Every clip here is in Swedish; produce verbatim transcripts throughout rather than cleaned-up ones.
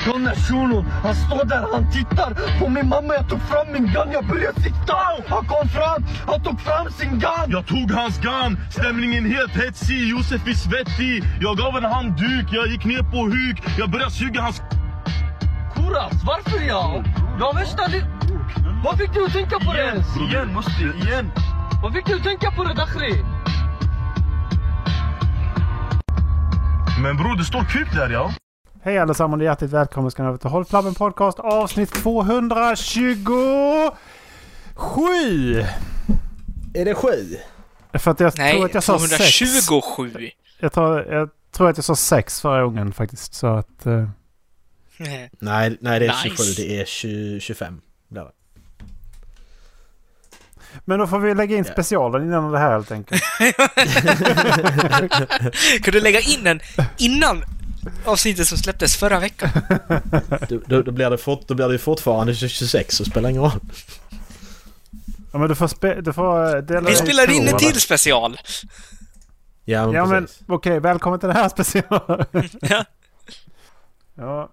Shunon, shunon, han står där, han tittar på min mamma. Jag tog fram min gun, jag började sitta. Han kom fram, han tog fram sin gun. Jag tog hans gun, stämningen helt hetsig. Josef är svettig, jag gav en handduk. Jag gick ner på huk, jag började suga hans... Kuras, varför jag? Jag värsta li... Vad fick du att tänka på det ens? Igen, måste, igen. Vad fick du att tänka på det, Dakhri? Men bror, det står kuk där, ja. Hej allesammans och hjärtligt välkomna ska ni över till Håll Flabben Podcast avsnitt tvåhundratjugosju. Är det sju? För att jag Nej, tror att jag sa sex. tvåhundratjugosju. Jag tror, jag tror att jag sa sex förra gången faktiskt. Så att... Uh... nej, nej, det är Nice. tjugosju, det är tjugo, tjugofem. Där. Men då får vi lägga in Ja. specialen innan det här helt enkelt. Kan du lägga in den innan avsnittet som släpptes förra veckan? Då, då, då, blir det fort, då blir det ju fortfarande tjugosex, så spelar ingen roll. Ja, men du får, spe, du får dela Vi spelar in en två, till special. Ja, men Ja, men precis. okej, okay, välkommen till den här specialen. Ja. Ja.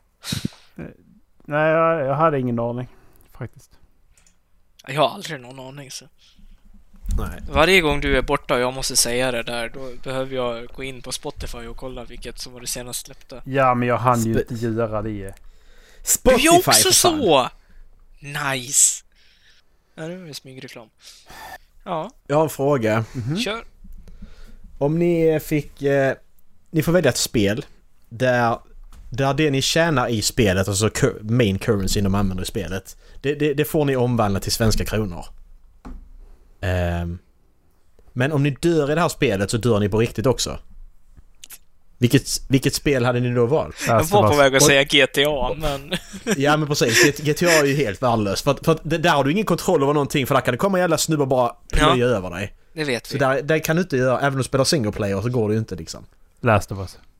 Nej, jag, jag hade ingen aning faktiskt. Jag har aldrig någon aning så. Nej. Varje gång du är borta och jag måste säga det där, då behöver jag gå in på Spotify och kolla vilket som var det senast släppta. Ja, men jag hann ju Spe- inte göra det. Spotify, Du är också för fan. så! Nice! Ja, det var smygreklam. Ja, Jag har en fråga. Mm. kör. Om ni fick... Eh, ni får välja ett spel där, där det ni tjänar i spelet, alltså cur- main currency de använder i spelet, det, det, det får ni omvandla till svenska kronor. Ehm, men om ni dör i det här spelet så dör ni på riktigt också. Vilket, vilket spel hade ni då valt? Jag var på väg att Och- säga G T A, men... Ja, men precis. G- GTA är ju helt värdelöst. För, att, för att det- där har du ingen kontroll över någonting, för där kan det komma en jävla snubbe och bara plöja Ja. över dig. Det vet Så vi. där, där kan du inte göra, även om du spelar single player så går det ju inte liksom. Last of us.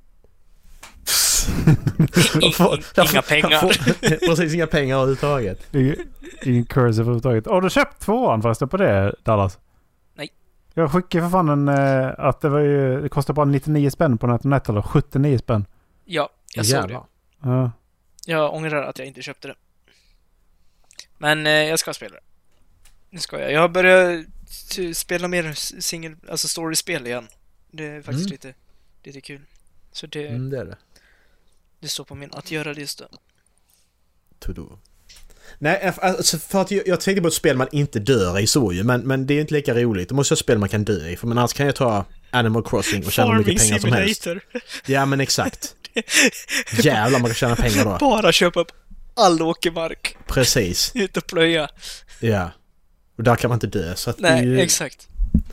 I, Får- i, inga pengar. får- precis, inga pengar överhuvudtaget. Ingen, ingen curse överhuvudtaget. Har du köpt tvåan förresten på det, Dallas? Nej. Jag skickade för fan en... eh, att det var ju... Det kostar bara nittionio spänn på nätet, eller sjuttionio spänn. Ja, jag såg det. Jävlar. Ja. Jag ångrar att jag inte köpte det. Men eh, jag ska spela det. Nu ska jag. Jag har börjat t- spela mer single, alltså story-spel igen. Det är faktiskt Mm. lite, lite kul. Så det, Mm, det är det. det står på min att göra-lista. To-do. Nej, alltså för att jag, jag tänkte på ett spel man inte dör i så ju, men, men det är inte lika roligt. Det måste vara ett spel man kan dö i, för men annars kan jag ta Animal Crossing och tjäna hur mycket pengar som helst. Ja, men exakt. Jävlar, man kan tjäna pengar då. Bara köpa upp all åkermark. Precis. Ut och plöja. Ja. Och där kan man inte dö. Så att Nej, det är ju... exakt.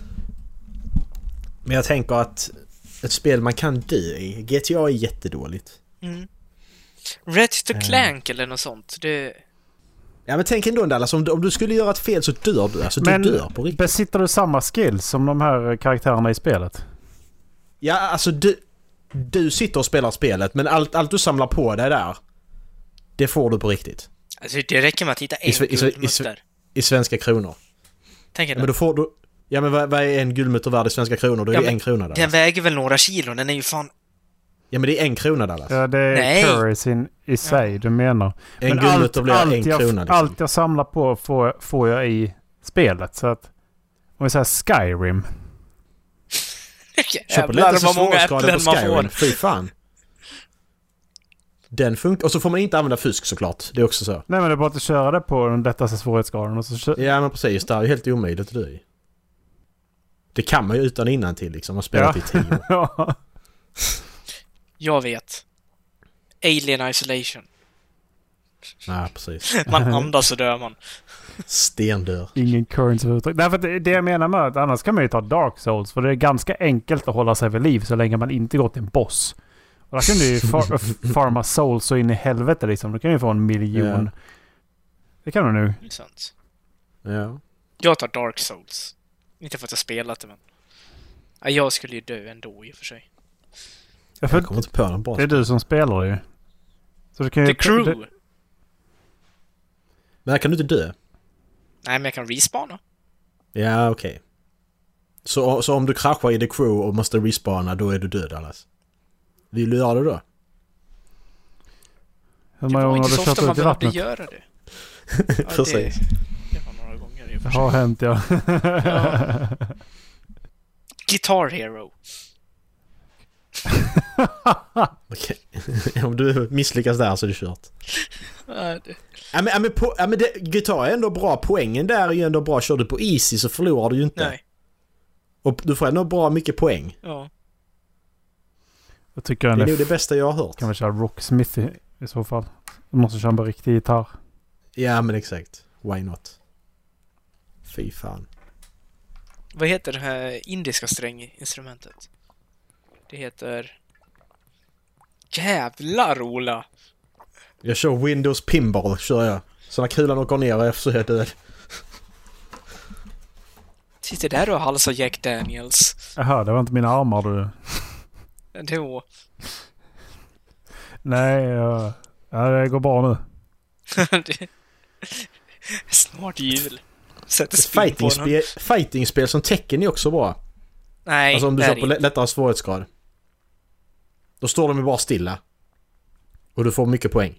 Men jag tänker att ett spel man kan dö i, G T A är jättedåligt. Mm. Red to Eh. Clank eller något sånt. Det... Ja, men tänk ändå, Dallas, om du, om du skulle göra ett fel så dör du. Alltså, Men du dör på riktigt. besitter du samma skills som de här karaktärerna i spelet? Ja, alltså du, du sitter och spelar spelet, men allt, allt du samlar på dig där, det får du på riktigt. Alltså det räcker med att hitta I en sve- i sve- i guldmutter. sve- I svenska kronor. Tänk er Men det. då får du... Ja, men vad, vad är en guldmutter värd i svenska kronor? Då är Ja, det men en krona där. Den väger väl några kilo. Den är ju fan... Ja, men det är en krona Dallas. Ja, det är Nej. currency i sig du menar. En Men guldmutter blir en jag, krona liksom. allt jag samlar på får, får jag i spelet. Så att... Om vi säger Skyrim. Köper Jävlar lättaste vad många svårskalan äpplen på man Skyrim. får. Fy fan. Den funkar. Och så får man inte använda fusk såklart. Det är också så. Nej, men det är bara att köra det på den lättaste svårighetsgraden. Och så kö- Ja, men precis. Det är ju helt omöjligt att dö i. Det kan man ju utan innan till liksom. Man har spelat Ja. i tio år. Ja. Jag vet. Alien Isolation. Ja, precis. Man andas så dör man. Stendör. Ingen currency överhuvudtaget. Därför att det, det jag menar med att annars kan man ju ta Dark Souls. För det är ganska enkelt att hålla sig vid liv så länge man inte går till en boss. Och där kan du ju far, farma souls så in i helvete liksom. Då kan du få en miljon. Ja. Det kan du nu. Det är sant. Ja. Jag tar Dark Souls. Inte för att jag spelat det, men... Ja, jag skulle ju dö ändå i och för sig. Ja, för Jag kommer inte på någon bra. det är du som spelar ju. Så du kan ju... The Crew! det- Men här kan du inte dö. Nej, men jag kan respawna. Ja, okej. Okay. Så, så om du kraschar i The Crew och måste respawna, då är du död, Dallas. Vill du göra det då? Hur Det många var gånger inte har så du ofta kört man ut i behövde vattnet? göra det. Ja, Precis. Det, det var några gånger i och Det för sig. har hänt, ja. Ja. Guitar Hero. Okej. Om du misslyckas där så är det kört. Ja, det, Ja men, ja, men, på, ja, men det, gitarr är ändå bra. Poängen där är ju ändå bra. Kör du på easy så förlorar du ju inte. nej. Och du får ändå bra mycket poäng. Ja. Jag tycker Det den är är nog det f- bästa jag har hört. kan vi köra Rocksmith i, i så fall. Du måste köra på riktig gitarr. Ja men exakt. Why not? Fy fan. Vad heter det här indiska stränginstrumentet? Det heter... Jävlar, Ola! Jag kör Windows Pinball, kör jag. Så när kulan åker ner och så är jag död. Sitter där och halsar Jack Daniels. Jaha, det var inte mina armar du... Det var... Nej, ja, ja, det går bra nu. det... Snart jul. Sätter spinn på Fighting-spel, honom. fighting-spel som Tekken är också bra. Nej, Alltså om du det kör är på inte. lättare svårighetsgrad. Då står de ju bara stilla. Och du får mycket poäng.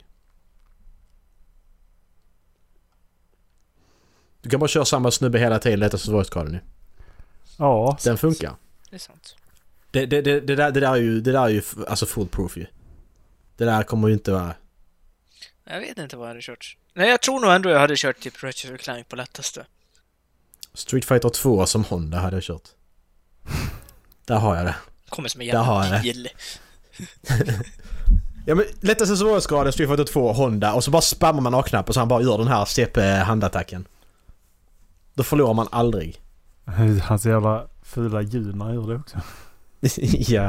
Du kan bara köra samma snubbe hela tiden, lättare svårighetsgraden nu. Ja, Den funkar. Det är sant. Det, det, det, det, där, det där är ju, det där är ju f- alltså foolproof ju. Det där kommer ju inte vara... Jag vet inte vad jag hade kört. Nej, jag tror nog ändå jag hade kört typ Ratchet and Clank på lättaste. Street Fighter två som Honda hade jag kört. Där har jag det. Kommer som en Där har jävla jag det. bil. Ja men lättaste svårighetsgraden Street Fighter två Honda och så bara spammar man A-knappen så han bara gör den här C P-handattacken. Då förlorar man aldrig. hans jävla fula ljud när han gör det också. Ja.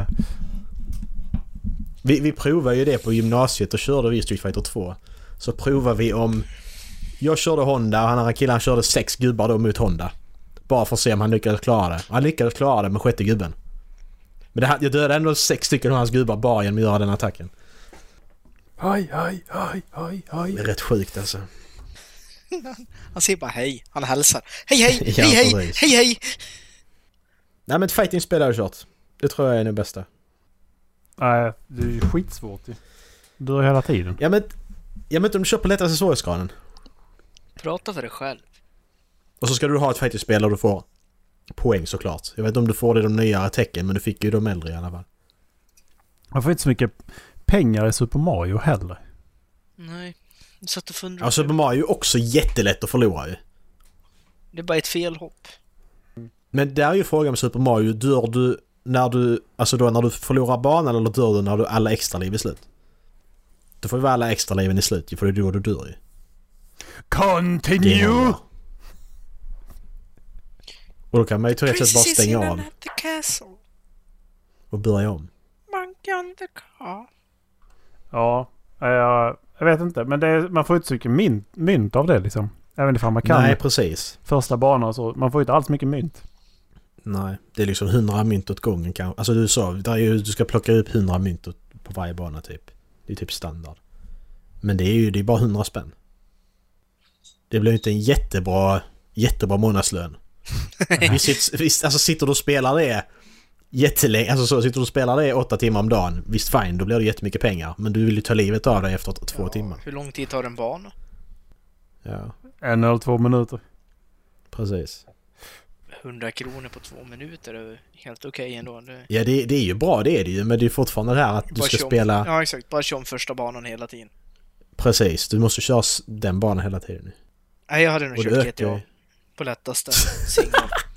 Vi, vi provade ju det på gymnasiet och körde vi Street Fighter två. Så provade vi om... Jag körde Honda och han andra killen körde sex gubbar då mot Honda. Bara för att se om han lyckades klara det. Han lyckades klara det med sjätte gubben. Men det, jag dödade ändå sex stycken av hans gubbar bara genom att göra den attacken. Aj, aj, aj, aj, aj. Det är rätt sjukt alltså. Han säger bara hej. Han hälsar. Hej, hej, Ja, hej, hej, precis. hej, hej. Nej men ett fighting-spel har jag kört. Det tror jag är det bästa. Nej, det är ju skitsvårt ju. Du dör hela tiden. Ja men... Jag vet inte om du kör på lättaste svårighetsgraden. Prata för dig själv. Och så ska du ha ett fighting-spel och du får poäng såklart. Jag vet inte om du får det de nyare tecken men du fick ju de äldre i alla fall. Man får inte så mycket pengar i Super Mario heller. Nej. Jag satt och funderade. Ja, Super Mario är ju också jättelätt att förlora ju. Det är bara ett felhopp. Men där är ju frågan med Super Mario, dör du när du, alltså då när du förlorar banan eller dör du när du alla extra liv är slut? Då får ju vara alla extra liven i slut, för det är då du dör ju. Det är Continue! bra. Och då kan man ju teoretiskt bara stänga av At the castle. och börja om. Monkey on the car. Ja, jag, jag vet inte. Men det är, man får inte så mycket mynt, mynt av det liksom. Även ifall man kan Nej, precis. första banan och så. Man får inte alls mycket mynt. Nej, det är liksom hundra mynt åt gången kanske. Alltså du sa, där är ju, du ska plocka upp hundra mynt åt, på varje bana typ. Det är typ standard. Men det är ju det är bara hundra spänn. Det blir ju inte en jättebra jättebra månadslön. visst, visst, alltså sitter du och spelar det jättelänge, alltså så sitter du och spelar det åtta timmar om dagen. Visst fine, då blir det jättemycket pengar. Men du vill ju ta livet av dig efter två Ja, timmar. Hur lång tid tar en bana? Ja, En eller två minuter. precis. hundra kronor på två minuter är helt okej ändå. Det... Ja, det, det är ju bra, det är det ju. Men det är fortfarande det här att du Bara ska köra om- spela... Ja, exakt. Bara köra om första banan hela tiden. Precis, du måste köra s- den banan hela tiden. Nej, jag hade nog Och det kört ökar G T A ju. på lättaste singel.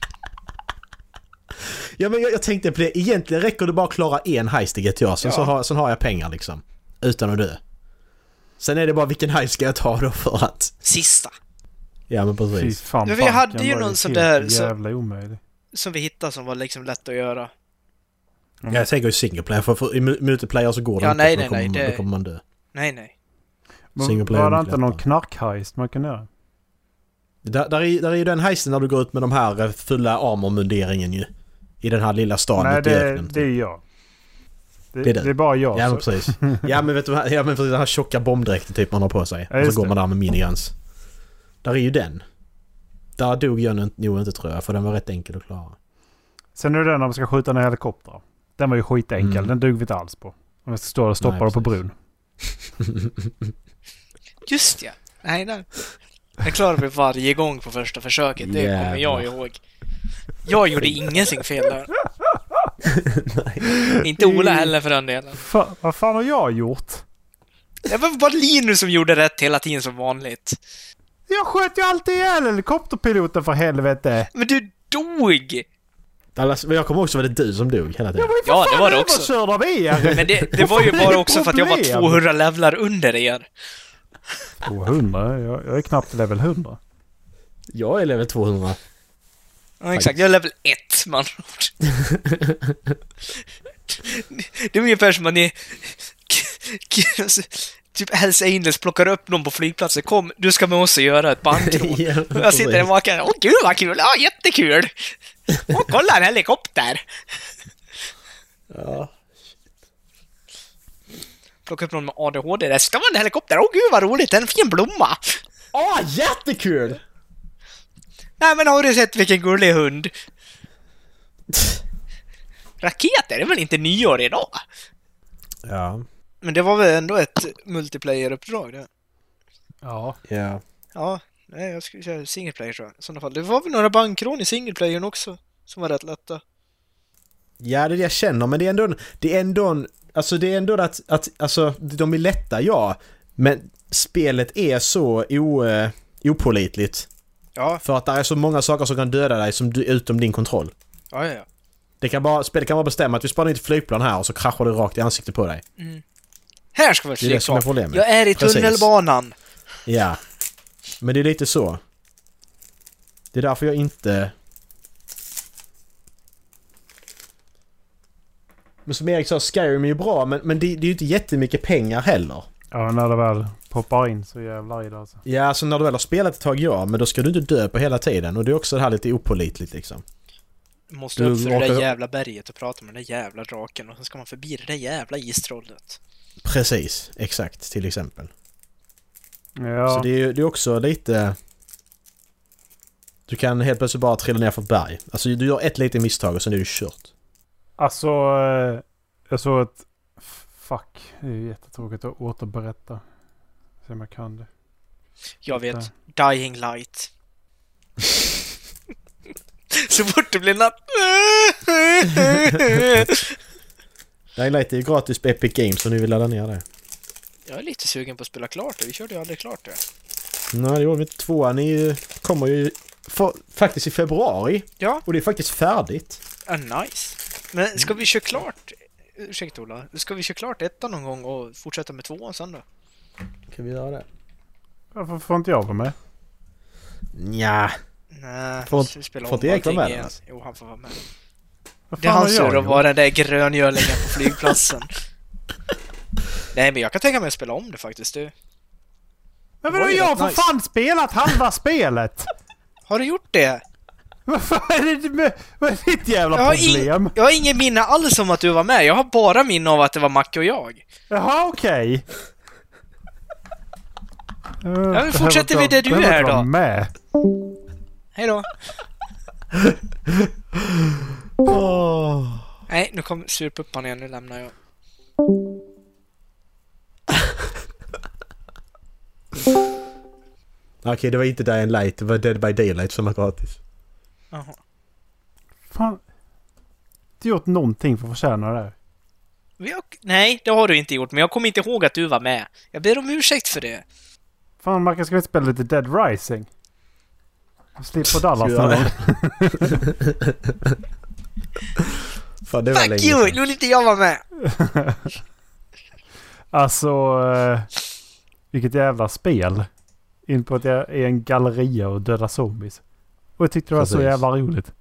Ja, men jag, jag tänkte på det. Egentligen räcker det bara att klara en heist i G T A. Sen, Ja. så har, sen har jag pengar liksom. Utan att dö. Sen är det bara vilken heist ska jag ta då för att... Sista. Ja, men Fy precis. fan, Men vi hade banken ju var någon sån helt där, så- jävla omöjlig. Som vi hittade som var liksom lätt att göra. Mm. Jag tänker ju single player. För, för i mu- multiplayer så går det Ja, inte. nej, för då nej, kommer, nej, Då det- kommer man dö. Nej, nej. Men Single player var det är inte mycket någon lättare. knarkheist man kan göra? Där, där, är, där är ju den heisten när du går ut med de här eh, fulla armormunderingen ju. I den här lilla staden Nej, ute i det, öknen. det är jag. Det, Det är det, du. är bara jag. Ja, men så- precis. Ja, men vet du vad? Ja, men precis den här tjocka bombdräkten typ man har på sig. Ja, och så just går det. man där med miniguns. Där är ju den. Där dog jag nog nog inte tror jag, för den var rätt enkel att klara. Sen är det den när man ska skjuta ner helikoptrar. Den var ju skitenkel. Mm. Den dug vi inte alls på. Om jag ska stå och stoppa Nej, dem på precis. brun. Just ja. Nej, nej. Jag klarar mig varje gång på första försöket. Det kommer jag ihåg. Jag gjorde ingenting fel där. Inte Ola heller för den delen. Fa- vad fan har jag gjort? Det var bara Linus som gjorde rätt hela tiden som vanligt. Jag sköt ju alltid ihjäl helikopterpiloten för helvete. Men du dog! Alltså, jag kommer också vara det du som dog hela tiden. Ja, det var det också. Av er. Men det, det var ju bara också för att jag var tvåhundra levlar under er. tvåhundra? Jag, jag är knappt level hundra. Jag är level tvåhundra. Ja, exakt. Jag är level ett, man. Det är ungefär som att ni typ Hells Angels plockar upp någon på flygplatsen. Kom, du ska med oss och göra ett bankrån. Ja, jag sitter där och vakar. Åh gud vad kul, ja jättekul. Åh kolla en helikopter. Ja. Plocka upp någon med A D H D. Det ska vara en helikopter. Åh gud vad roligt, en fin blomma. Åh, jättekul! Nej men har du sett vilken gullig hund? Raketer är väl inte nyår idag? Ja. Men det var väl ändå ett multiplayer-uppdrag det? Ja. Ja. Ja, nej, jag skulle köra single player tror jag. I sådana fall. Det var väl några bankrån i single playern också som var rätt lätta. Ja, det är det jag känner, men det är ändå det är ändå alltså det är ändå att att alltså de är lätta, ja, men spelet är så o, opålitligt. Ja. För att det är så många saker som kan döda dig som du, utom din kontroll. Ja, ja, ja. Det kan bara spelet kan bara bestämma att vi spanar inte flygplan här och så kraschar det rakt i ansiktet på dig. Mm. Här ska vi Det är det som är flygplan. problemet. Jag är i Precis. tunnelbanan. Ja. Men det är lite så. Det är därför jag inte... Men som Erik sa, Skyrim är ju bra, men, men det, det är ju inte jättemycket pengar heller. Ja, när det väl poppar in så jävlar i det alltså. Ja, alltså när du väl har spelat ett tag, ja, men då ska du inte dö på hela tiden. Och det är också det här lite opålitligt liksom. Du måste Du upp för det där råkar- jävla berget och prata med den där jävla draken och sen ska man förbi det där jävla istrollet. Precis, exakt, till exempel. Ja. Så det är ju det är också lite... Du kan helt plötsligt bara trilla ner för ett berg. Alltså du gör ett litet misstag och sen är du kört. Alltså, eh, jag såg ett... Fuck, det är ju jättetråkigt att återberätta. Se om jag kan det. Jag vet. Dying Light. Så fort det blir natt. Dying Light är ju gratis på Epic Games om ni vill ladda ner det. Jag är lite sugen på att spela klart det. Vi körde ju aldrig klart det. Nej, det gjorde vi inte. Tvåan är ju, kommer ju för, faktiskt i februari. Ja. Och det är faktiskt färdigt. Ah, nice. Men ska vi köra klart... Ursäkta Ola. Ska vi köra klart ettan någon gång och fortsätta med tvåan sen då? Kan vi göra det? Varför får inte jag vara med? Ja. Nej, Får- vi spelar får om inte Erik vara allting med, igen. alltså? Jo, han får vara med. Vad Det är fan har hans jag tur att gjort? vara den där gröngölingen på flygplatsen. Nej, men jag kan tänka mig att spela om det faktiskt, du. Men Det var vadå, ju jag har rätt för nice. fan spelat halva spelet! Har du gjort det? Vad fan är det med, vad är ditt jävla Jag har, problem? ing, jag har ingen minne alls om att du var med. Jag har bara minne av att det var Macke och jag. Jaha, okej. Okay. Ja, men fortsätter vi där du är då. Med. Hej då. Oh. Nej, nu kom surpuppan igen. Nu lämnar jag. Okej, okay, det var inte Dying Light. Det var Dead by Daylight som var gratis. Jaha. Fan. Du har gjort någonting för att förtjäna det här. Vi har, nej, det har du inte gjort. Men jag kommer inte ihåg att du var med. Jag ber om ursäkt för det. Fan, man kan ska vi spela lite Dead Rising. Slipper Dallas Ska någon vi gång. Fan, det var Fuck länge you! sedan. Nu vill inte jag vara med. Alltså, eh, vilket jävla spel. In på att jag är en galleria och döda zombies. Och jag tyckte det var så Precis. jävla roligt.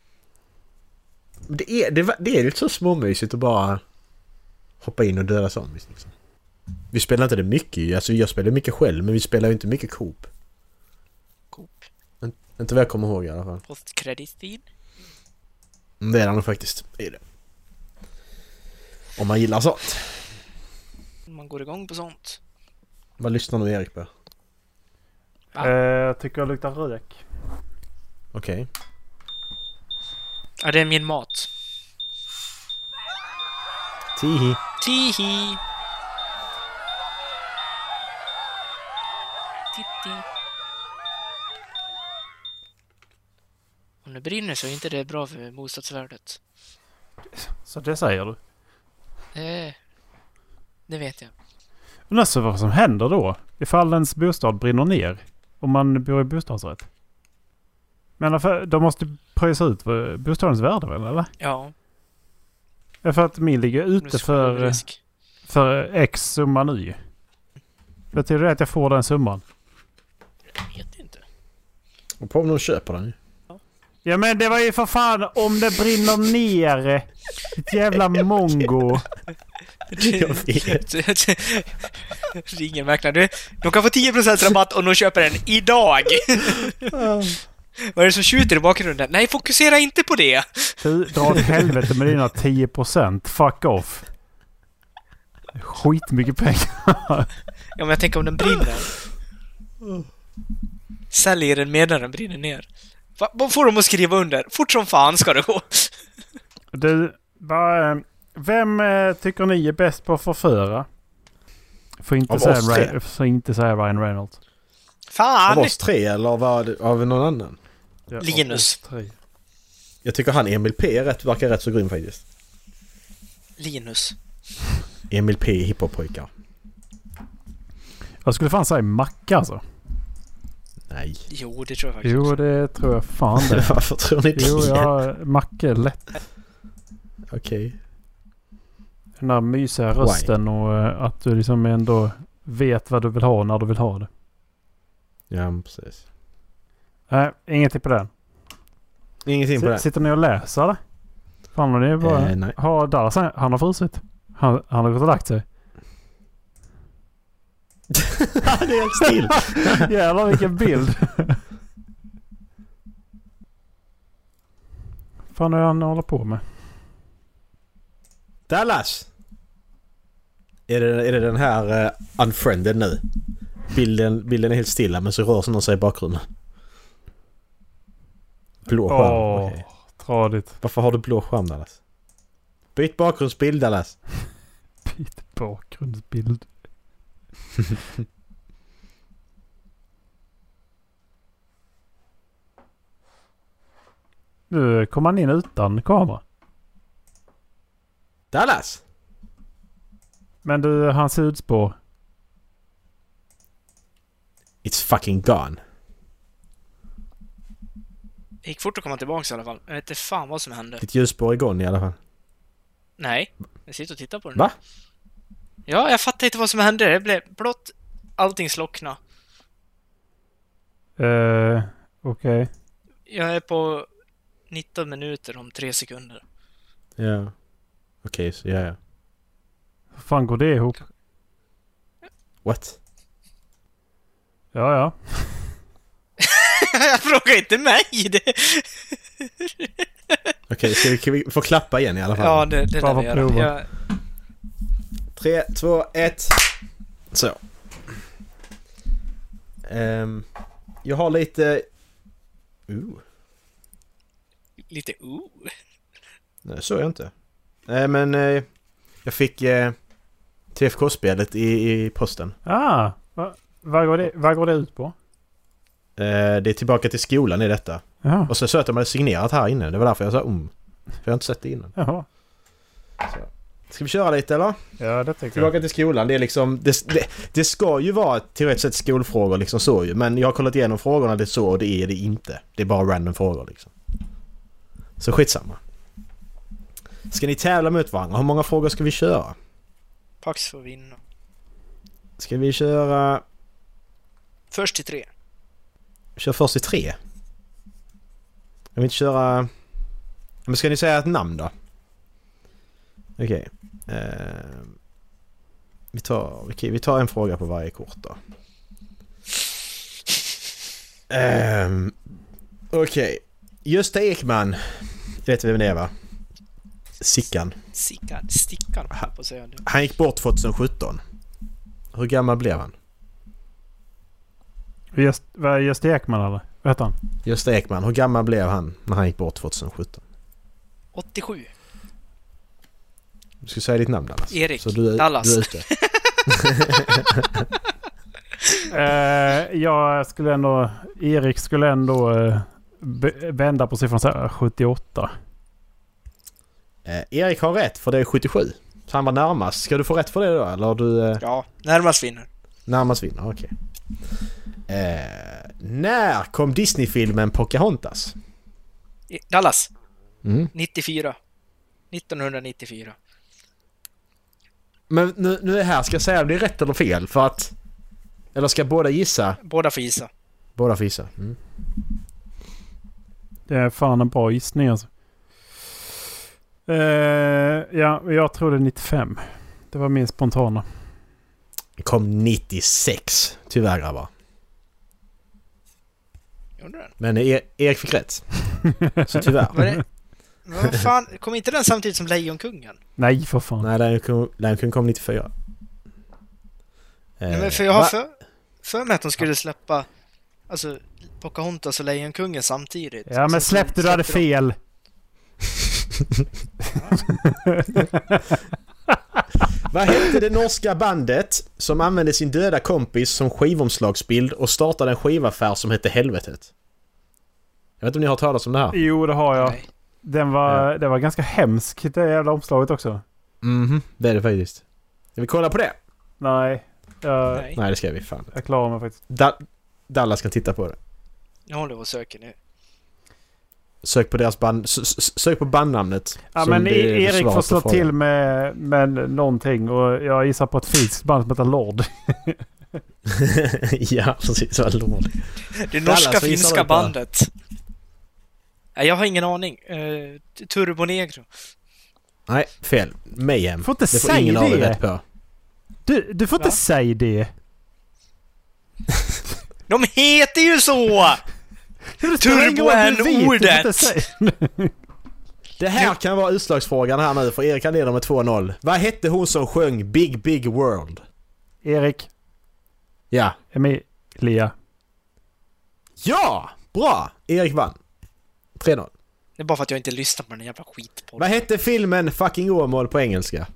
Det är, det, var- det är lite så småmysigt att bara hoppa in och döda zombies liksom. Vi spelar inte det mycket. Alltså jag spelar mycket själv, men vi spelar ju inte mycket Coop. Coop. Inte vad jag kommer ihåg i alla fall. Postkreditstid. Mm, det är det nog faktiskt. Det är det. Om man gillar sånt. Man går igång på sånt. Vad lyssnar nu Erik på? Va? Eh, jag tycker jag luktar rök. Okej. Ja, det är min mat. Tihi. Tihi. Titti. Om det brinner så är inte det bra för bostadsvärdet. Så det säger du. Det, det vet jag. Men alltså vad som händer då? Ifall ens bostad brinner ner. Om man bor i bostadsrätt. Men för, de måste pröjsa ut bostadens värde väl, eller? Ja. För att min ligger ute för, för X summa nu. Betyder det att jag får den summan? Jag vet inte. Och på om någon köper den. Ja men det var ju för fan om det brinner ner. Ett jävla mongo. Jag vet. Ringer mäklaren. Du, de kan få tio procent rabatt om de köper den idag. Vad är det som skjuter i bakgrunden? Nej, fokusera inte på det. Du drar åt helvete med dina tio procent. Fuck off. Skitmycket pengar. Ja, men jag tänker om den brinner. Säljer den medan den brinner ner. Va, vad får de att skriva under? Fort som fan ska det gå. Du, va, vem eh, tycker ni är bäst på att förföra? Får inte, säga, Ryan, får inte säga Ryan Reynolds. Fan! Av oss tre eller av, av någon annan? Ja, Linus. Jag tycker han Emil P är rätt, verkar rätt så grym faktiskt. Linus. Emil P hiphop-pojkar. Jag skulle fan säga Macka alltså. Nej. Jo, det tror jag faktiskt. Jo, det tror jag fan det. Varför tror ni det? Jo, ja, Macke är lätt. Okej. Okay. Den där mysiga rösten Why? Och uh, att du liksom ändå vet vad du vill ha när du vill ha det. Ja, precis. Nej, äh, ingenting på den. Ingenting på S- den. Sitter ni och läser eller? Fan, och det är bara... Eh, nej. Har Dallas, han har frusit. Han, han har gått och lagt sig. Han är helt still. Jävlar vilken bild. Fan är han håller på med? Dallas! Är det, är det den här uh, unfriended nu? Bilden, bilden är helt stilla men så rör sig någon sig i bakgrunden. Blå skärm. Åh, okay. tradigt. Varför har du blå skärm, Dallas? Byt bakgrundsbild, Dallas. Byt bakgrundsbild. Nu kommer han in utan kamera. Dallas! Men du, hans hudspår. It's fucking gone. Det gick fort att komma tillbaka i alla fall. Jag vet inte fan vad som hände. Ditt ljusspår är gone i alla fall. Nej, jag sitter och tittar på den. Va? Ja, jag fattar inte vad som hände. Det blev blått. Allting slockna. Eh, uh, okej. Okay. Jag är på nitton minuter om tre sekunder. Ja. Okej, okay, så ja, ja. Hur fan går det ihop? What? Ja, ja. Jag frågar inte mig det. Okej, ska vi, vi få klappa igen i alla fall? Ja, det, det där vi gör. Jag... tre, två, ett. Så. Um, jag har lite... Uh. Lite uh. Nej, så är jag inte. Nej, men uh, jag fick uh, T F K-spelet i, i posten. Ah, va, vad, går det, vad går det ut på? Uh, det är tillbaka till skolan i detta. Jaha. Och så sa att de hade signerat här inne. Det var därför jag sa um. För jag har inte sett det innan. Jaha. Så. Ska vi köra lite eller? Ja, det tycker Tillbaka jag. till skolan. Det är liksom det, det, det ska ju vara teoretiskt sett skolfrågor liksom så ju. Men jag har kollat igenom frågorna, det är så och det är det inte. Det är bara random frågor liksom. Så skitsamma. Ska ni tävla mot varandra? Hur många frågor ska vi köra? Pax får vinna. Ska vi köra... Först till tre. Kör först i tre. Jag vill inte köra... Men ska ni säga ett namn då? Okej. Okay. Uh, vi, tar, okay, vi tar en fråga på varje kort då. Uh, Okej. Okay. Gösta Ekman. Vet vem det är va? Sickan. Sickan. Stickan. Han, på att säga det. han gick bort tjugosjutton. Hur gammal blev han? Just, vad är Gösta Ekman eller? Vad heter han? Gösta Ekman. Hur gammal blev han när han gick bort tjugosjutton? åttiosju. Du ska säga ditt namn Dallas. Erik. Så du, Dallas. Du är ute. uh, jag skulle ändå... Erik skulle ändå eh, be- vända på siffran så här, sjuttioåtta. Eh, Erik har rätt, för det är sjuttiosju. Så han var närmast. Ska du få rätt för det då? Eller du... Eh, Ja, närmast vinner. närmast vinner, okej. Eh, när kom Disney-filmen Pocahontas? I Dallas. Mm. nittiofyra. nittonhundranittiofyra. Men nu, nu är det här, ska jag säga om det är rätt eller fel? För att... Eller ska båda gissa? Båda får gissa. Båda får gissa. Mm. Det är fan en bra gissning alltså. Eh, ja, jag tror det är nittiofem. Det var min spontana. Det kom nittiosex. Tyvärr, grabbar. Gjorde den? Men er, Erik fick rätt. Så tyvär. Var det... Men vad fan, kom inte den samtidigt som Lejonkungen? Nej, för fan. Nej, den kom, kom nittiofyra. Eh, Nej, men för jag har va? för, för mig att de skulle släppa alltså Pocahontas och Lejonkungen samtidigt. Ja, men Så släppte du hade släppte de- fel. Vad hette det norska bandet som använde sin döda kompis som skivomslagsbild och startade en skivaffär som hette Helvetet? Jag vet inte om ni har talat om det här. Jo, det har jag. Nej. Den var, Ja. det var ganska hemskt, det jävla omslaget också. Mhm, det är det faktiskt. Ska vi kolla på det? Nej, jag, Nej. Nej, det ska vi fan. jag klarar mig faktiskt. Da- Dallas kan titta på det. Jag håller och söker nu. Sök på deras band... s- s- Sök på bandnamnet. Ja, som men det är Erik svaret får på slå frågan. till med, med någonting och jag gissar på ett finskt band som heter Lord. Ja, precis. Vad låg. Det Dallas, norska vad gissar finska du på? bandet. Nej, jag har ingen aning. Uh, Turbo Negro. Nej, fel. Mayhem. Du får inte Det får säga ingen av er det. rätt på. Du, du får Va? inte säga det. De heter ju så! Det Turbo är ordet. Det här kan vara utslagsfrågan här nu, för Erik kan leda med två noll. Vad hette hon som sjöng Big Big World? Erik, Ja. Emilia. Ja! Bra! Erik vann. tre noll. Det är bara för att jag inte lyssnar på den jävla skitpodden. Vad hette filmen Fucking Åmål på engelska?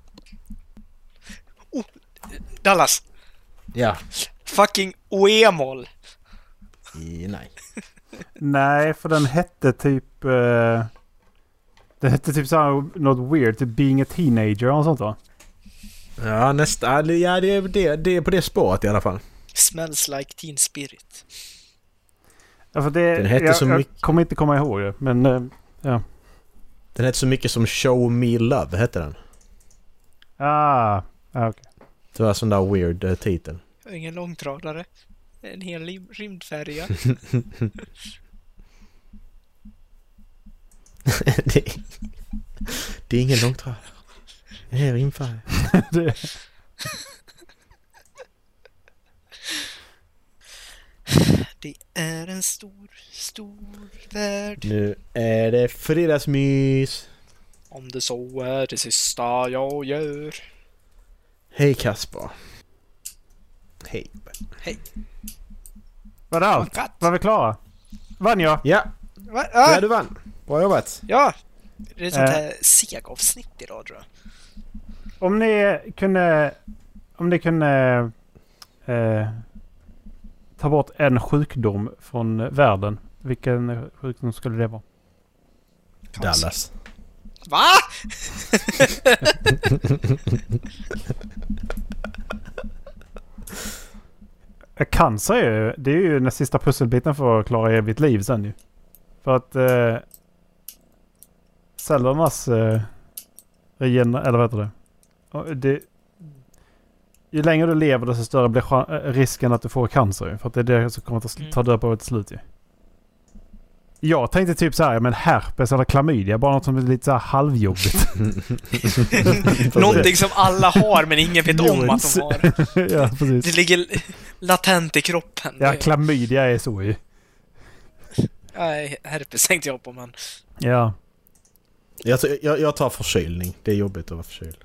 Dallas. Ja. Fucking Oemol. I, nej. Nej, för den hette typ... Uh, den hette typ såhär något weird, typ Being a Teenager och sånt va? Ja, nästa. Ja, det är, det, det är på det spåret i alla fall. Smells like Teen Spirit. Ja, för det, Den hette jag, så jag mycket- kommer inte komma ihåg det, men uh, ja. Den hette så mycket som Show Me Love, hette den. Ah, ah okej. Det var sån där weird uh, titel. Jag har ingen långtradare. En hel lim- rymdfärja. det, är, det är ingen långtradare. Det är rimfärg. Det- Det är en stor, stor värld. Nu är det fredagsmys. Om det så är det sista jag gör. Hej Kasper. Hej. Var det allt? Katt. Var vi klara? Vann jag? Ja, Va? ja Ah, du vann. Bra jobbat. ja. Det är ett sånt Eh. här segavsnitt idag tror jag. Om ni kunde... Om ni kunde... Eh, ta bort en sjukdom från världen. Vilken sjukdom skulle det vara? Dallas. Va? Eh, Cancer är ju, det är ju den sista pusselbiten för att klara evigt liv sen ju. För att eh, cellernas eh, regen, eller vad heter det? Och det? Ju längre du lever desto större blir chan- eh, risken att du får cancer ju. För att det är det som kommer att ta, Mm. ta död på ett slut ju. Jag tänkte typ så här, men herpes eller klamydia, bara något som är lite så här halvjobbigt. Någonting som alla har men ingen vet om att de har. Ja, precis. Det ligger latent i kroppen. Ja, Det- klamydia är så ju. Nej, herpes tänkte jag på men... Ja. Jag, jag, jag tar förkylning. Det är jobbigt att vara förkyld.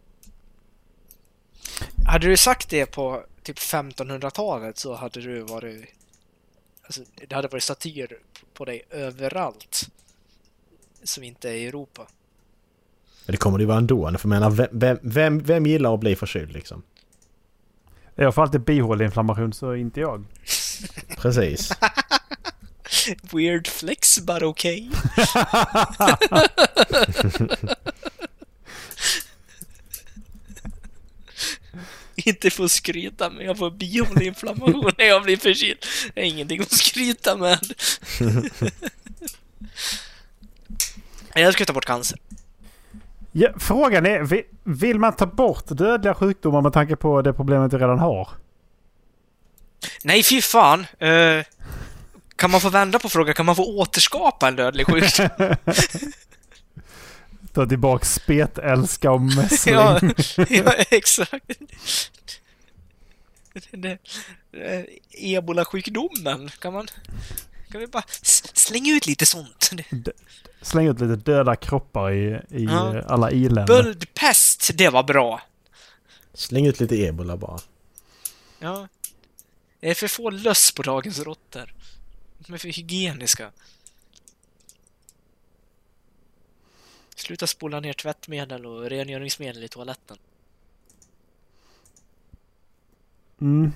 Hade du sagt det på typ femtonhundratalet så hade du varit... Alltså, det hade varit statyer på dig överallt. Som inte är i Europa. Men det kommer det ju vara ändå. För jag menar, vem, vem, vem, vem gillar att bli förkyld liksom? Jag får alltid bihåleinflammation så inte jag. Precis. Weird flex, but okay. Inte få skryta med. Jag får bihåleinflammation när jag blir förkyld. Det är ingenting att skryta med. Jag ska ta bort cancer. Ja, frågan är, vi- vill man ta bort dödliga sjukdomar med tanke på det problemet vi redan har? Nej, fy fan. Eh, kan man få vända på frågan? Kan man få återskapa en dödlig sjukdom? Ta tillbaka spetälska och mässling. ja, ja, exakt. Det, det, Ebola-sjukdomen. Kan man... Kan vi bara s- slänga ut lite sånt? Det- Släng ut lite döda kroppar i, i Ja. eh, alla i-länder. Böldpest, det var bra. Släng ut lite ebola bara. Ja. Det är för få löss på dagens råttor. De är för hygieniska. Sluta spola ner tvättmedel och rengöringsmedel i toaletten. Mm.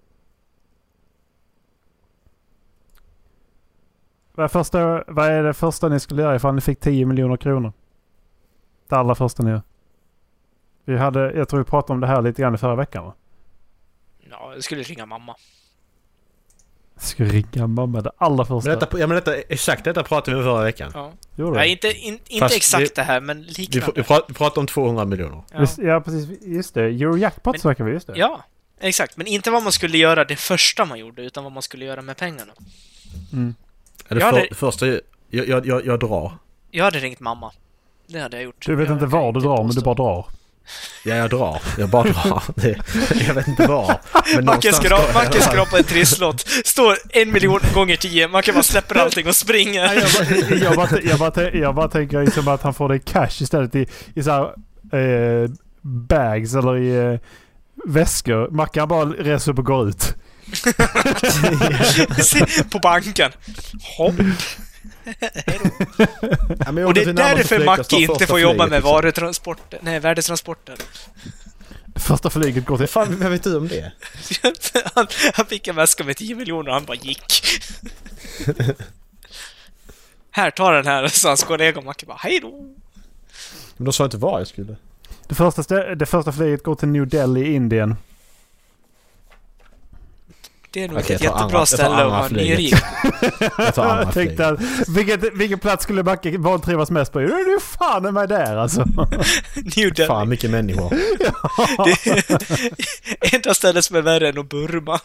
Vad är, första, vad är det första ni skulle göra ifall ni fick tio miljoner kronor? Det allra första ni gör. Vi hade, jag tror vi pratade om det här lite grann i förra veckan, va? Ja, jag skulle ringa mamma. Jag ska ringa mamma det allra första. Men detta, ja, men detta, exakt detta pratade vi om förra veckan. Ja. Gjorde Nej, det? inte, in, inte Fast exakt vi- det här, men Vi, liknande. vi, prat, vi pratade om tvåhundra miljoner. Ja. Visst, ja, precis. Just det. Eurojackpot Men- snackar vi, just det. ja, exakt. Men inte vad man skulle göra det första man gjorde, utan vad man skulle göra med pengarna. Mm. Eller Jag för, hade- första, jag, jag, jag, jag drar. Jag hade ringt mamma. Det hade jag gjort. Du vet jag inte kan var du drar, men du påstå. bara drar. Ja, jag drar. Jag bara drar. Det, jag vet inte var. Men Macke någonstans skra- drar jag. Macke skrapar en trisslott. Står en miljon gånger tio. Macke bara släpper allting och Nej, springer. jag, bara, jag, bara, jag, bara, jag bara tänker liksom att han får det i cash istället i, i så här, eh, bags eller i eh, väskor. Macke han bara reser upp och går ut. På banken. Hopp. Ja, men jag Och det åker är till närmaste därför flygplats, Macke tar inte första får jobba flyget, med liksom. varutransporter. Nej, värdetransporter. Första flyget går till... Fan, vad vet du om det? han, han fick en väska med tio miljoner och han bara gick. Här, ta den här. Så hans kollega Macke bara, hej då. Men de sa inte var jag skulle. Det första, stä- det första flyget går till New Delhi i Indien. Det är nog Okej, ett jag tar jättebra andra- jag tar ställe att andra vara flyget. nyrik. Jag tar andra Jag tänkte flyget. att vilket, vilken plats skulle Macke vantrivas mest på? Det är ju fan är mig där alltså. New Delhi. Fan, mycket människor. Det är enda stället som är värre än att Burma.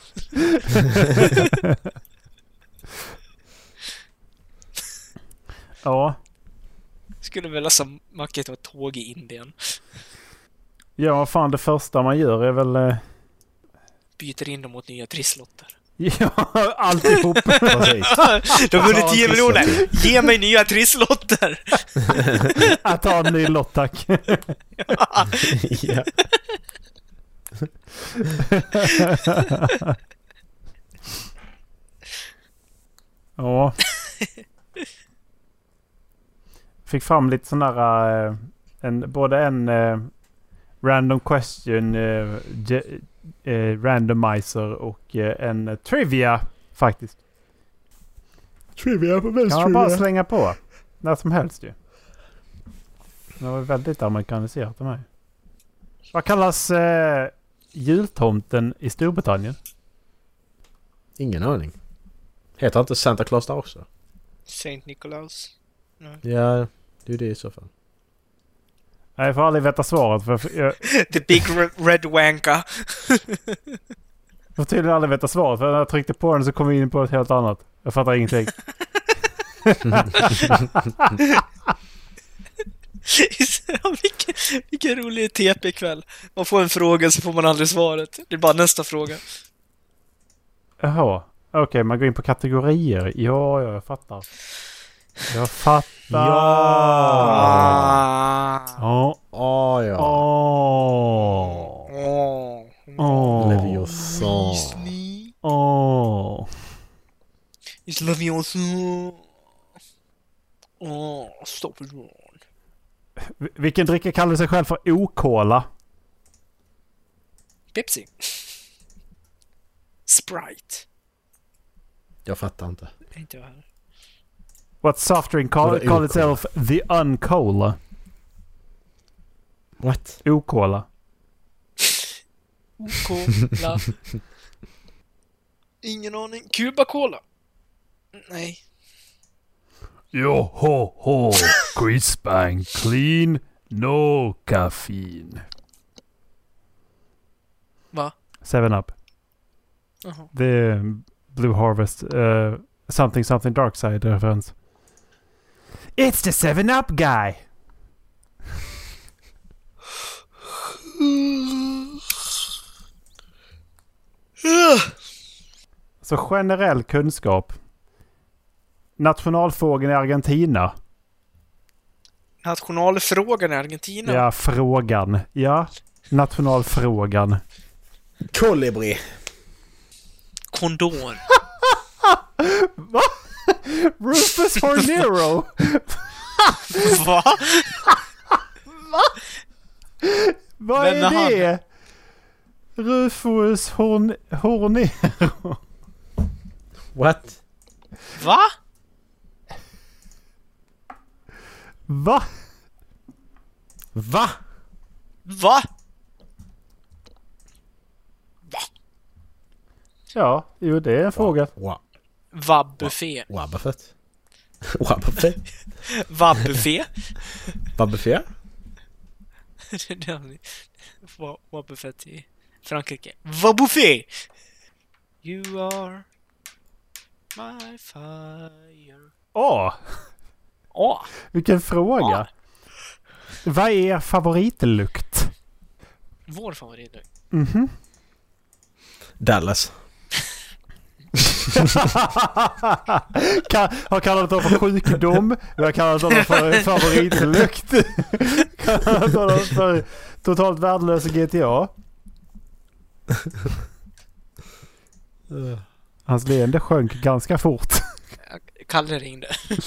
Ja. Skulle väl läsa Macke ta tåg i Indien. Ja, vad fan det första man gör är väl... Eh, Byter in dem mot nya trisslotter. ja, alltihop. Precis. De har vunnit Ja, tio miljoner! Ge mig nya trisslotter! Att ta en ny lott, tack. Ja. Ja. Fick fram lite sån där... Eh, en, både en eh, random question eh, ge, eh, randomizer och eh, en trivia faktiskt. Trivia på Kan man bara slänga på. När som helst ju. Det var väldigt amerikaniserat de här. Vad kallas eh, jultomten i Storbritannien? Ingen aning. Heter inte Santa Claus där också? Saint Nicholas. Ja, det är det i så fall. Nej, jag får aldrig veta svaret. För jag, The Big Re- Red Wanka. jag får tydligen aldrig veta svaret. För när jag tryckte på den så kom vi in på ett helt annat. Jag fattar ingenting. vilken, vilken rolig T P-kväll. Man får en fråga så får man aldrig svaret. Det är bara nästa fråga. Jaha. Okej, okay, man går in på kategorier. Ja, ja, jag fattar. Jag fattar. Ah. Ja. Åh ja. Åh. Åh. Åh. Leviosa. Disney Åh. is Leviosa. Åh, stopp it. Vilken dricka kallar sig själv för O-cola? Pepsi. Sprite. Jag fattar inte. Inte jag heller. What soft drink call, call itself the uncola? What? O-cola. Cola. Ingen aning. Cuba Cola. Nej. Jo ho ho. Crisp and clean. No caffeine. Va? Seven up. Jaha. The Blue Harvest. Uh, something something dark side referens. It's the seven up guy. Så generell kunskap. Nationalfrågan i Argentina. Nationalfrågan i Argentina. Ja, frågan. Ja, nationalfrågan. Kolibri. Kondor. Va? Rufus Hornero? Va? Vad Vem är är han? det? Rufus Horn Hornero. What? Va? Va? Va? Va? Ja, jo det är en fråga. Wow. Vabbuffé. Wabbuffet. Wabbuffet. Vabbuffé. Wabbuffet? Vabbuffet i Frankrike. Vabbuffé! You are my fire. Åh, Åh! vilken fråga. Åh. Vad är er favoritlukt? Vår favorit. Mhm. Dallas. Kan, har kallat dem för sjukdom. Vi har kallat dem för favoritlukt. Kallat dem för totalt värdelösa G T A. Hans leende sjönk ganska fort. Kalle ringde.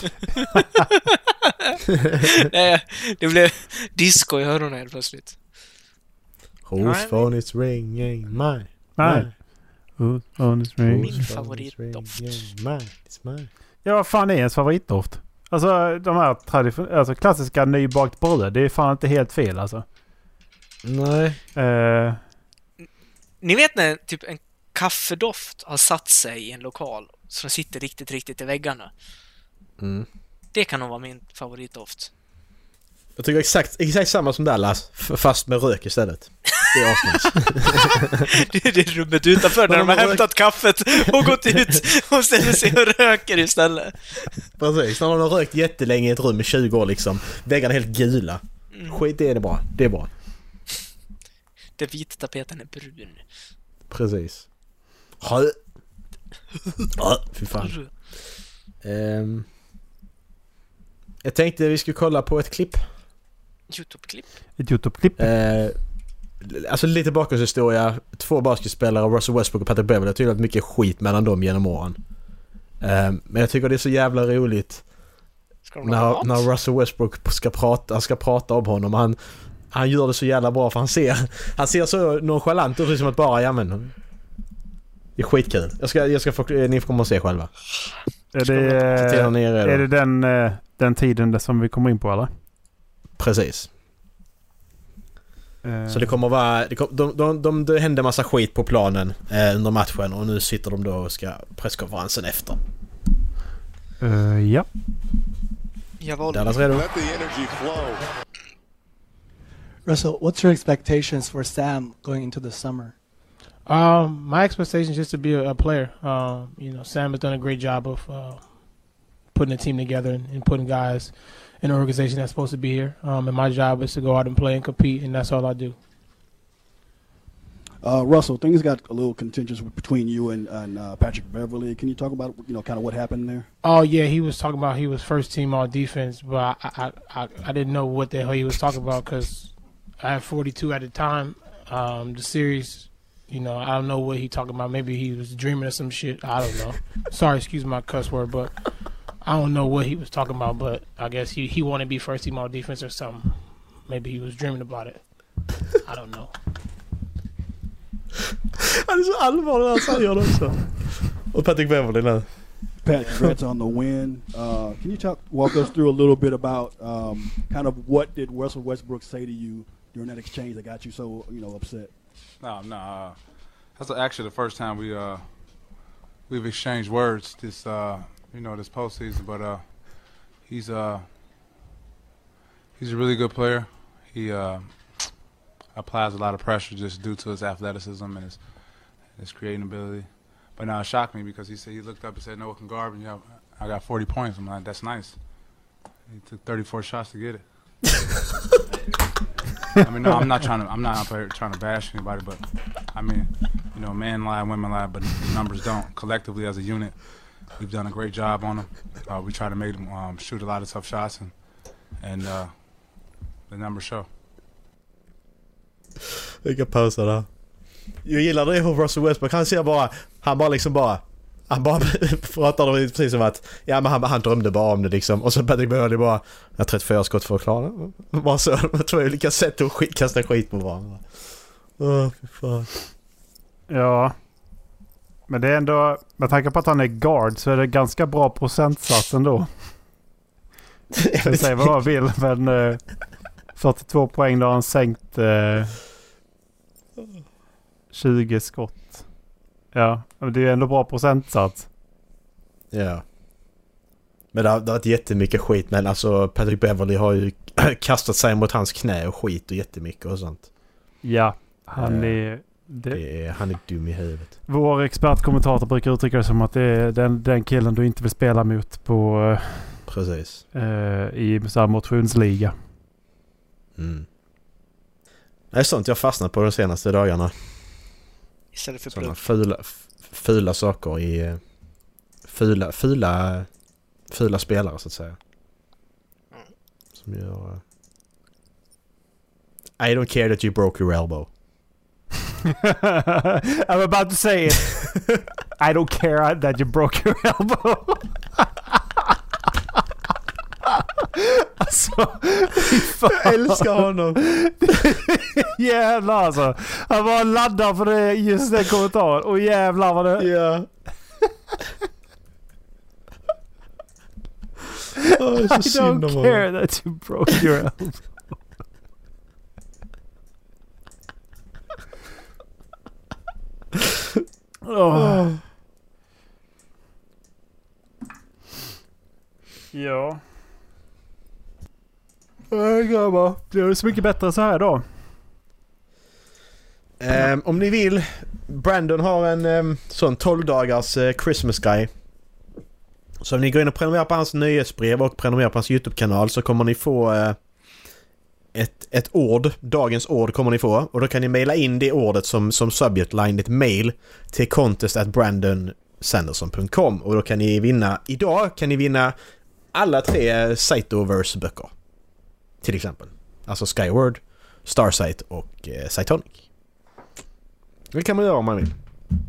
Nej, det blev disco i öronen helt plötsligt. Whose phone is ringing? Mine. Nej. Who's on his ring? Min favoritdoft. Mine. It's mine. Ja, vad fan är ens favoritdoft? Alltså de här tradition- alltså klassiska nybakt bröd, det är fan inte helt fel alltså. Nej. Eh, Ni vet när typ en kaffedoft har satt sig i en lokal som sitter riktigt, riktigt i väggarna. Mm. Det kan nog vara min favoritdoft. Jag tycker exakt, exakt samma som Dallas, f- fast med rök istället. Det är asnice. Det är det rummet utanför när de har hämtat kaffet och gått ut och ställer sig och röker istället. Precis, när de har rökt jättelänge i ett rum i tjugo år liksom. Väggarna är helt gula. Skit, det är det bra. Det är bra. Den vita tapeten är brun. Precis. Hö. Ja, fy fan. Um, jag tänkte vi skulle kolla på ett klipp. YouTube-klipp. ett YouTube-klipp. Uh, alltså lite bakgrundshistoria. Två basketspelare, Russell Westbrook och Patrick Beverley. Jag tycker det har varit mycket skit mellan dem genom åren. Uh, men jag tycker det är så jävla roligt Ska de ha när, mat? när Russell Westbrook ska prata, han ska prata om honom. Han, han gör det så jävla bra för han ser han ser så nonchalant ut som att bara, ja men det är skitkul. Jag ska, jag ska få, ni får komma och se själva. Är det, Titta ner er då. är det den, eh, den tiden där som vi kommer in på eller? Precis. Eh, Så det kommer vara det, kom, de, de, de, det hände massa skit på planen eh, under matchen och nu sitter de då och ska presskonferensen efter. eh, ja. Jag var Dallas redo. Let the energy flow. Russell, what's your expectations for Sam going into the summer? Um, my expectation is just to be a, a player. Um, you know, Sam has done a great job of uh, putting a team together and, and putting guys in an organization that's supposed to be here. Um, and my job is to go out and play and compete, and that's all I do. Uh, Russell, things got a little contentious between you and, and uh, Patrick Beverley. Can you talk about, you know, kind of what happened there? Oh yeah, he was talking about he was first team all defense, but I I, I, I didn't know what the hell he was talking about because I had forty-two at the time. Um, the series, you know, I don't know what he talking about. Maybe he was dreaming of some shit. I don't know. Sorry, excuse my cuss word, but I don't know what he was talking about. But I guess he he wanted to be first team all defense or something. Maybe he was dreaming about it. I don't know. Han är så allvarlig när han säger det också. Och Patrick Beverley nu. Pat, congrats on the win. Uh, can you talk, walk us through a little bit about um, kind of what did Russell Westbrook say to you during that exchange that got you so, you know, upset? No, no. Uh, that's actually the first time we uh, we've exchanged words this uh, you know this postseason. But uh, he's uh, he's a really good player. He uh, applies a lot of pressure just due to his athleticism and his his creating ability. But now it shocked me because he said he looked up and said, "No one can guard me. I got forty points." I'm like, "That's nice." He took thirty-four shots to get it. I mean, no, I'm not trying to. I'm not out there trying to bash anybody, but I mean, you know, men lie, women lie, but the numbers don't. Collectively, as a unit, we've done a great job on them. Uh, we try to make them um, shoot a lot of tough shots, and and uh, the numbers show. Vi kan pausa där. Jag gillar det hur Russell Westbrook, han ser bara, han bara liksom bara, han bara pratar om precis som att, ja men han, han drömde bara om det liksom. Och så Patrick Beverley bara, jag har trettiofyra skott för att klara det. Bara så, jag tror jag olika sätt att skit, kasta skit på varandra. Åh, fy fan. Ja. Men det är ändå, med tanke på att han är guard så är det ganska bra procentsats ändå. Jag säger vad jag vill, men eh, fyrtiotvå poäng då har han sänkt eh, tjugo skott. Ja, men det är ändå bra procentsats. Ja. Men det har, det har varit jättemycket skit, men alltså Patrick Beverley har ju kastat sig mot hans knä och skit och jättemycket och sånt. Ja, han eh, är... Det, det är han är dum i huvudet. Vår expertkommentator brukar uttrycka det som att det är den, den killen du inte vill spela mot på... Precis. Eh, i så här motionsliga. Mm. Det är sånt jag fastnat på de senaste dagarna. Istället för sådana fula, fula saker i fula, fula, fula spelare så att säga. Mm. Som gör... Uh, I don't care that you broke your elbow. I'm about to say it. I don't care that you broke your elbow. Alltså, jag älskar honom. Jävlar alltså. Han var laddad för det, just den kommentaren. Och jävlar vad det... Ja. Oh, I don't care that you broke your elbow. Oh. Ja. Nej, grabbar. Det är så mycket bättre så här då. Um, om ni vill, Brandon har en um, sån tolv dagars uh, Christmas guy. Så om ni går in och prenumererar på hans nyhetsbrev och prenumererar på hans YouTube-kanal så kommer ni få uh, ett, ett ord, dagens ord kommer ni få. Och då kan ni mejla in det ordet som, som subject line, ett mail till contest at brandon sanderson dot com. Och då kan ni vinna, idag kan ni vinna alla tre Cytoverse-böcker. Till exempel. Alltså Skyward, Starsight och eh, Cytonic. Det kan man göra om man vill.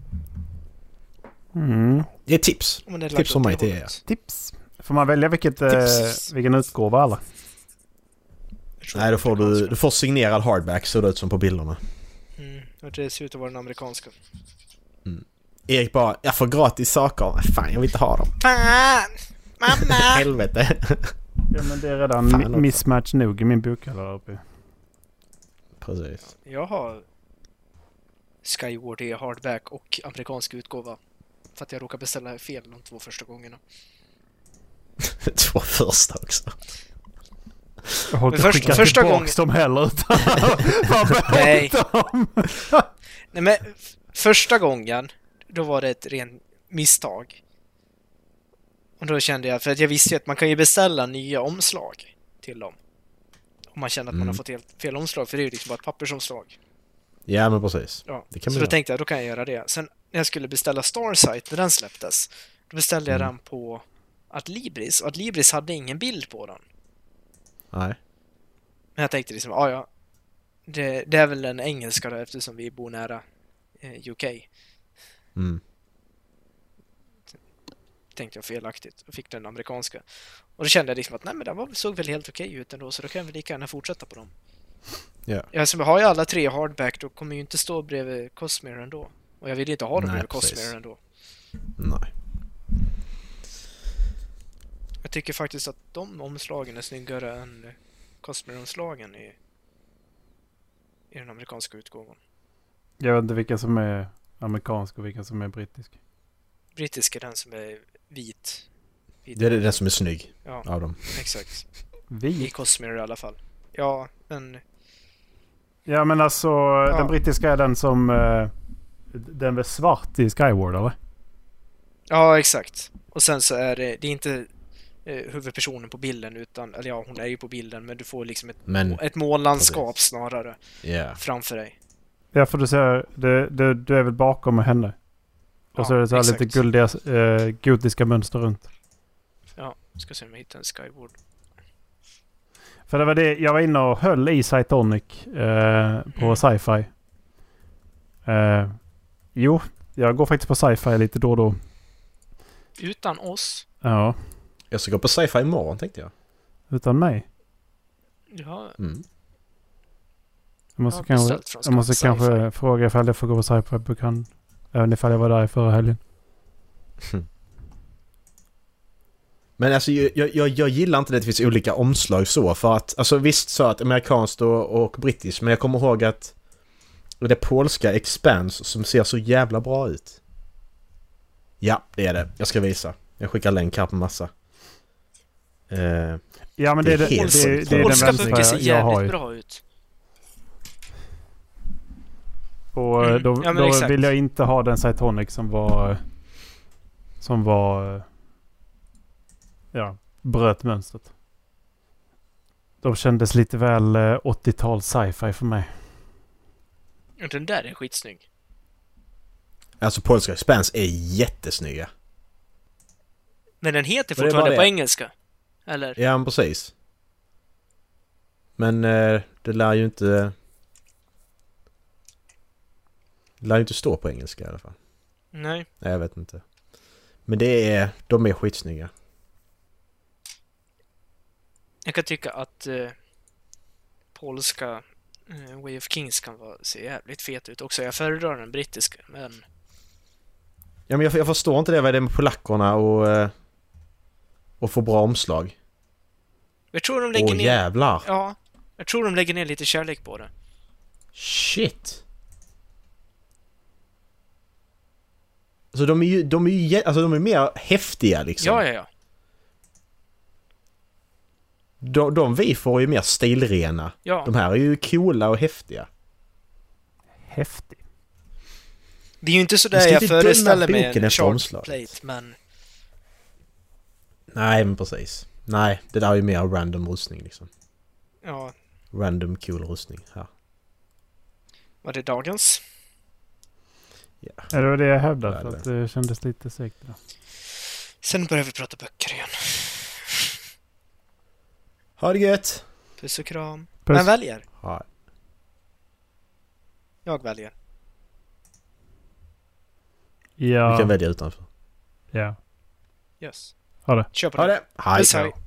Mm. Det är tips. Det är tips om mig till er. Tips. Får man välja vilket, eh, vilken utgåva alla? Nej, då får du, du får signerad hardback så det ut som på bilderna. Mm. Det ser ut att vara den amerikanska. Mm. Erik bara, jag får gratis saker. Fan, jag vill inte ha dem. Fan! Mamma! Helvete. Ja, men det är redan mi- mismatch nog i min bok eller uppe. Precis. Jag har Skyward i hardback och amerikansk utgåva. För att jag råkade beställa fel de två första gångerna. Två första också. Jag har inte först, skickat första tillbaks gången... dem heller. Utan Nej. dem. Nej, men första gången då var det ett rent misstag. Och då kände jag, för att jag visste ju att man kan ju beställa nya omslag till dem. Om man känner att mm. man har fått helt fel omslag, för det är ju liksom bara ett pappersomslag. Ja, men precis. Ja. Det kan så man då göra. tänkte jag, då kan jag göra det. Sen när jag skulle beställa Starsight, när den släpptes, då beställde mm. jag den på Adlibris. Och Adlibris hade ingen bild på den. Nej. Men jag tänkte liksom, ja ja, det, det är väl den engelska då, eftersom vi bor nära eh, U K. Mm. Tänkte jag felaktigt och fick den amerikanska. Och då kände jag liksom att nej, men den var, såg väl helt okej ut ändå, så då kan vi lika gärna fortsätta på dem. Yeah. Jag som har ju alla tre hardback, då kommer ju inte stå bredvid Cosmere ändå. Och jag vill ju inte ha dem bredvid Cosmere ändå. Nej. Jag tycker faktiskt att de omslagen är snyggare än Cosmere-omslagen i, i den amerikanska utgåvan. Jag vet inte vilka som är amerikansk och vilka som är brittisk. Brittisk är den som är vit. vit. Det är den som är snygg Ja, av dem. exakt. I Vit? Cosmere i alla fall. Ja, men... Ja, men alltså Ja. den brittiska är den som... Uh, den är svart i Skyward, eller? Ja, exakt. Och sen så är det, det är inte eh, huvudpersonen på bilden utan, eller ja, hon är ju på bilden, men du får liksom ett, Men, ett månlandskap precis. snarare yeah. framför dig. Ja, för du säger, det, det, du är väl bakom henne. Och Ja, så är det så här exakt. lite guldiga, uh, gotiska mönster runt. Ja, ska se om jag hittar en Skyward. För det var det, jag var inne och höll i Cytonic uh, på Mm. sci-fi. Uh, jo, jag går faktiskt på sci-fi lite då och då. Utan oss? Ja, Jag ska gå på sci-fi imorgon tänkte jag. utan mig. Ja, Mm. Jag måste jag har kanske, beställt från jag måste Sci-Fi. kanske fråga ifall jag får gå på sci-fi på kan, även ifall jag var där i förra helgen. Men alltså jag, jag, jag gillar inte det att det finns olika omslag så för att, alltså visst så att amerikanskt och, och brittiskt, men jag kommer ihåg att det polska Expanse som ser så jävla bra ut. Ja, det är det. Jag ska visa. Jag skickar länk här på massa. Eh, Ja, men Det det är är, det, helt det, sjukt. det är den polska vänstra böcker ser jag har jävligt ju. bra ut. Och Mm, då, ja, men då exakt. vill jag inte ha den Cytonic som var som var ja, bröt mönstret. De kändes lite väl eh, åttio-tal sci-fi för mig. Och den där är skitsnygg. alltså polska Expanse är jättesnygga. Men den heter Men det är fortfarande bara på det. engelska. Eller? Ja, men precis. Men eh, det lär ju inte... Det lär ju inte stå på engelska i alla fall. Nej. Nej, jag vet inte. Men det är... De är skitsnygga. Jag kan tycka att eh, polska eh, Way of Kings kan vara, se jävligt fet ut också. Jag föredrar den brittiska, men... Ja, men jag, jag förstår inte det. Vad är det med polackerna och... eh, och få bra omslag. Jag tror de lägger Åh, ner... jävlar! Ja, jag tror de lägger ner lite kärlek på det. Shit! Alltså de är ju, de är ju jä- alltså de är mer häftiga liksom. Ja, ja, ja. De, de vi får är ju mer stilrena. Ja, De här är ju coola och häftiga. Häftig. det är ju inte Vi sådär ska jag inte döma föreställer mig boken en efter chart omslaget. plate, men... Nej, men precis. Nej, det där är ju mer random rustning liksom. Ja, Random cool rustning här. var det dagens? Ja. Ja, det var det jag hävdade, Ja, för det- att det kändes lite segt. Ja. Sen börjar vi prata böcker igen. Ha det gött! Puss och kram. Puss. Vem väljer? Ha. Jag väljer. Vi Ja. kan välja utanför. Ja. Yes. Ha det. Kör på Ha det. det! Hej! Puss, hej.